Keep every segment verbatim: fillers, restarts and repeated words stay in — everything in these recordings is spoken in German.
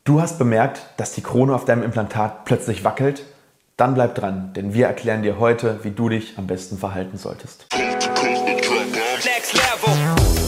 Du hast bemerkt, dass die Krone auf deinem Implantat plötzlich wackelt? Dann bleib dran, denn wir erklären dir heute, wie du dich am besten verhalten solltest. Next level.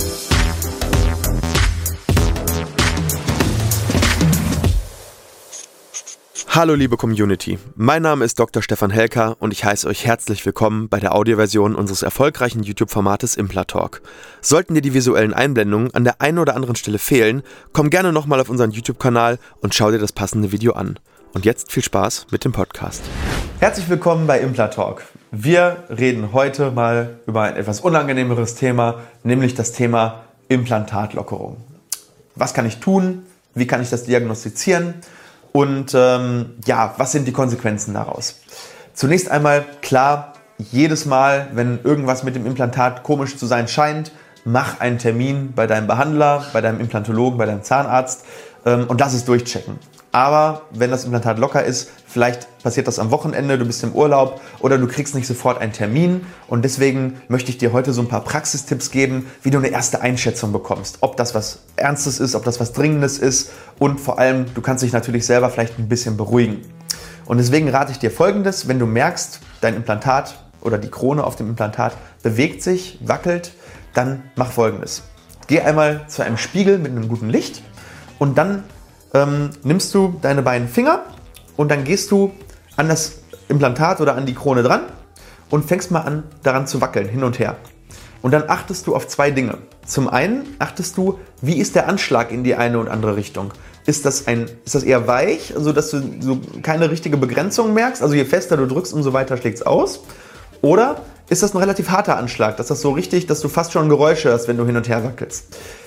Hallo liebe Community, mein Name ist Doktor Stefan Helker und ich heiße euch herzlich willkommen bei der Audioversion unseres erfolgreichen YouTube-Formates Implatalk. Sollten dir die visuellen Einblendungen an der einen oder anderen Stelle fehlen, komm gerne nochmal auf unseren YouTube-Kanal und schau dir das passende Video an. Und jetzt viel Spaß mit dem Podcast. Herzlich willkommen bei Implatalk. Wir reden heute mal über ein etwas unangenehmeres Thema, nämlich das Thema Implantatlockerung. Was kann ich tun? Wie kann ich das diagnostizieren? Und ähm, ja, was sind die Konsequenzen daraus? Zunächst einmal klar, jedes Mal, wenn irgendwas mit dem Implantat komisch zu sein scheint, mach einen Termin bei deinem Behandler, bei deinem Implantologen, bei deinem Zahnarzt ähm, und lass es durchchecken. Aber wenn das Implantat locker ist, vielleicht passiert das am Wochenende, du bist im Urlaub oder du kriegst nicht sofort einen Termin. Und deswegen möchte ich dir heute so ein paar Praxistipps geben, wie du eine erste Einschätzung bekommst. Ob das was Ernstes ist, ob das was Dringendes ist und vor allem, du kannst dich natürlich selber vielleicht ein bisschen beruhigen. Und deswegen rate ich dir Folgendes: Wenn du merkst, dein Implantat oder die Krone auf dem Implantat bewegt sich, wackelt, dann mach Folgendes. Geh einmal zu einem Spiegel mit einem guten Licht und dann Ähm, nimmst du deine beiden Finger und dann gehst du an das Implantat oder an die Krone dran und fängst mal an, daran zu wackeln, hin und her. Und dann achtest du auf zwei Dinge. Zum einen achtest du, wie ist der Anschlag in die eine und andere Richtung? Ist das, ein, ist das eher weich, sodass du so keine richtige Begrenzung merkst? Also je fester du drückst, umso weiter schlägt es aus. Oder ist das ein relativ harter Anschlag? Dass das so richtig, dass du fast schon Geräusche hörst, wenn du hin und her wackelst?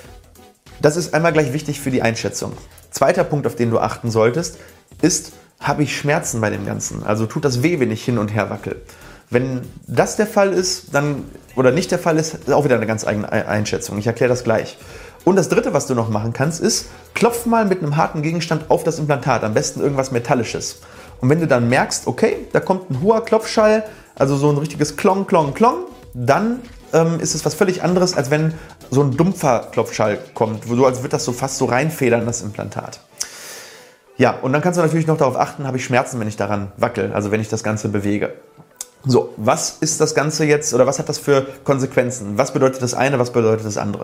Das ist einmal gleich wichtig für die Einschätzung. Zweiter Punkt, auf den du achten solltest, ist, habe ich Schmerzen bei dem Ganzen? Also tut das weh, wenn ich hin und her wackel? Wenn das der Fall ist, dann, oder nicht der Fall ist, ist auch wieder eine ganz eigene Einschätzung. Ich erkläre das gleich. Und das Dritte, was du noch machen kannst, ist, klopf mal mit einem harten Gegenstand auf das Implantat, am besten irgendwas Metallisches. Und wenn du dann merkst, okay, da kommt ein hoher Klopfschall, also so ein richtiges Klong, Klong, Klong, dann ähm, ist es was völlig anderes, als wenn so ein dumpfer Klopfschall kommt, so als würde das so fast so reinfedern, das Implantat. Ja, und dann kannst du natürlich noch darauf achten, habe ich Schmerzen, wenn ich daran wackel, also wenn ich das Ganze bewege. So, was ist das Ganze jetzt, oder was hat das für Konsequenzen? Was bedeutet das eine, was bedeutet das andere?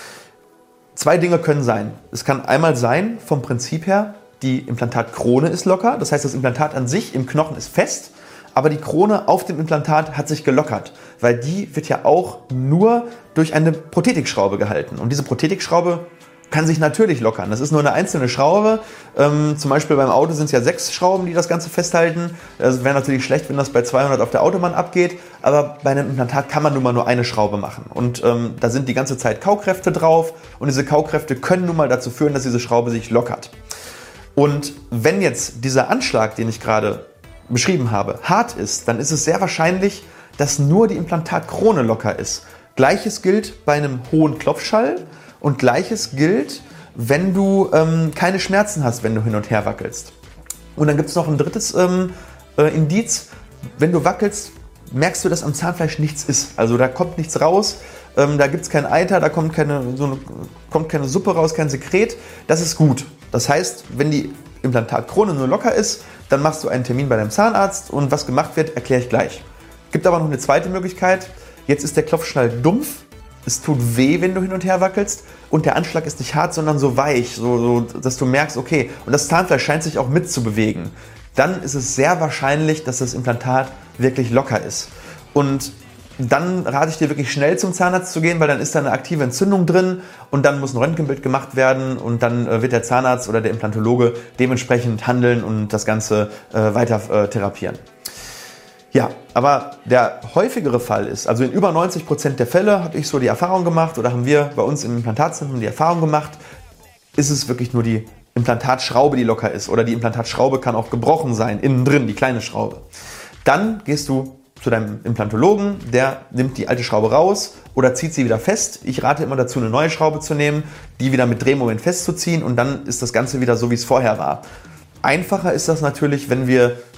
Zwei Dinge können sein. Es kann einmal sein, vom Prinzip her, die Implantatkrone ist locker, das heißt, das Implantat an sich im Knochen ist fest, aber die Krone auf dem Implantat hat sich gelockert, weil die wird ja auch nur durch eine Prothetikschraube gehalten. Und diese Prothetikschraube kann sich natürlich lockern. Das ist nur eine einzelne Schraube. Ähm, zum Beispiel beim Auto sind es ja sechs Schrauben, die das Ganze festhalten. Es wäre natürlich schlecht, wenn das bei zweihundert auf der Autobahn abgeht. Aber bei einem Implantat kann man nun mal nur eine Schraube machen. Und ähm, da sind die ganze Zeit Kaukräfte drauf. Und diese Kaukräfte können nun mal dazu führen, dass diese Schraube sich lockert. Und wenn jetzt dieser Anschlag, den ich gerade beschrieben habe, hart ist, dann ist es sehr wahrscheinlich, dass nur die Implantatkrone locker ist. Gleiches gilt bei einem hohen Klopfschall und Gleiches gilt, wenn du ähm, keine Schmerzen hast, wenn du hin und her wackelst. Und dann gibt es noch ein drittes ähm, äh, Indiz. Wenn du wackelst, merkst du, dass am Zahnfleisch nichts ist. Also da kommt nichts raus, ähm, da gibt es kein Eiter, da kommt keine, so eine, kommt keine Suppe raus, kein Sekret. Das ist gut. Das heißt, wenn die Implantatkrone nur locker ist, dann machst du einen Termin bei deinem Zahnarzt und was gemacht wird, erkläre ich gleich. Gibt aber noch eine zweite Möglichkeit. Jetzt ist der Klopfschall dumpf, es tut weh, wenn du hin und her wackelst und der Anschlag ist nicht hart, sondern so weich, so, so, dass du merkst, okay, und das Zahnfleisch scheint sich auch mitzubewegen. Dann ist es sehr wahrscheinlich, dass das Implantat wirklich locker ist. Und dann rate ich dir wirklich schnell zum Zahnarzt zu gehen, weil dann ist da eine aktive Entzündung drin und dann muss ein Röntgenbild gemacht werden und dann wird der Zahnarzt oder der Implantologe dementsprechend handeln und das Ganze äh, weiter äh, therapieren. Ja, aber der häufigere Fall ist, also in über neunzig Prozent der Fälle habe ich so die Erfahrung gemacht oder haben wir bei uns im Implantatzentrum die Erfahrung gemacht, ist es wirklich nur die Implantatschraube, die locker ist oder die Implantatschraube kann auch gebrochen sein, innen drin, die kleine Schraube. Dann gehst du zu deinem Implantologen, der nimmt die alte Schraube raus oder zieht sie wieder fest. Ich rate immer dazu, eine neue Schraube zu nehmen, die wieder mit Drehmoment festzuziehen und dann ist das Ganze wieder so, wie es vorher war. Einfacher ist das natürlich, wenn wir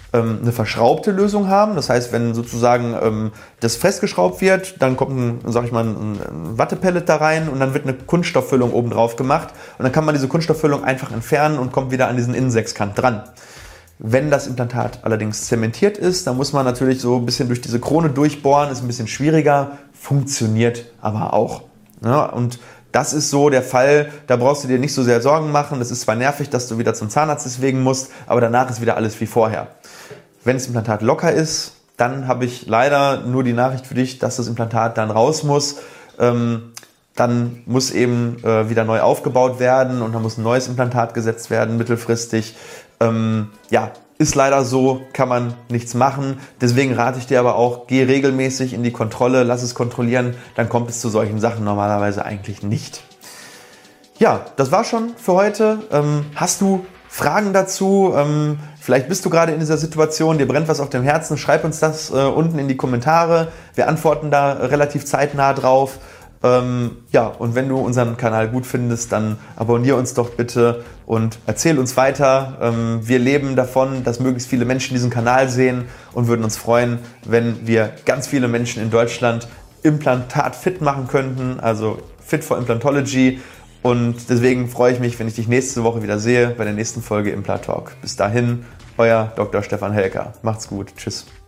ähm, eine verschraubte Lösung haben. Das heißt, wenn sozusagen ähm, das festgeschraubt wird, dann kommt ein, sag ich mal, ein, ein Wattepellet da rein und dann wird eine Kunststofffüllung oben drauf gemacht und dann kann man diese Kunststofffüllung einfach entfernen und kommt wieder an diesen Innensechskant dran. Wenn das Implantat allerdings zementiert ist, dann muss man natürlich so ein bisschen durch diese Krone durchbohren, ist ein bisschen schwieriger, funktioniert aber auch. Ja, und das ist so der Fall, da brauchst du dir nicht so sehr Sorgen machen. Das ist zwar nervig, dass du wieder zum Zahnarzt deswegen musst, aber danach ist wieder alles wie vorher. Wenn das Implantat locker ist, dann habe ich leider nur die Nachricht für dich, dass das Implantat dann raus muss. Ähm, dann muss eben äh, wieder neu aufgebaut werden und dann muss ein neues Implantat gesetzt werden, mittelfristig. Ähm, ja, ist leider so, kann man nichts machen. Deswegen rate ich dir aber auch, geh regelmäßig in die Kontrolle, lass es kontrollieren, dann kommt es zu solchen Sachen normalerweise eigentlich nicht. Ja, das war schon für heute. Ähm, hast du Fragen dazu? Ähm, vielleicht bist du gerade in dieser Situation, dir brennt was auf dem Herzen, schreib uns das äh, unten in die Kommentare. Wir antworten da relativ zeitnah drauf. Ähm, ja, und wenn du unseren Kanal gut findest, dann abonniere uns doch bitte und erzähl uns weiter. Ähm, wir leben davon, dass möglichst viele Menschen diesen Kanal sehen und würden uns freuen, wenn wir ganz viele Menschen in Deutschland implantatfit machen könnten, also fit for Implantology. Und deswegen freue ich mich, wenn ich dich nächste Woche wieder sehe bei der nächsten Folge Implantalk. Bis dahin, euer Doktor Stefan Helker. Macht's gut. Tschüss.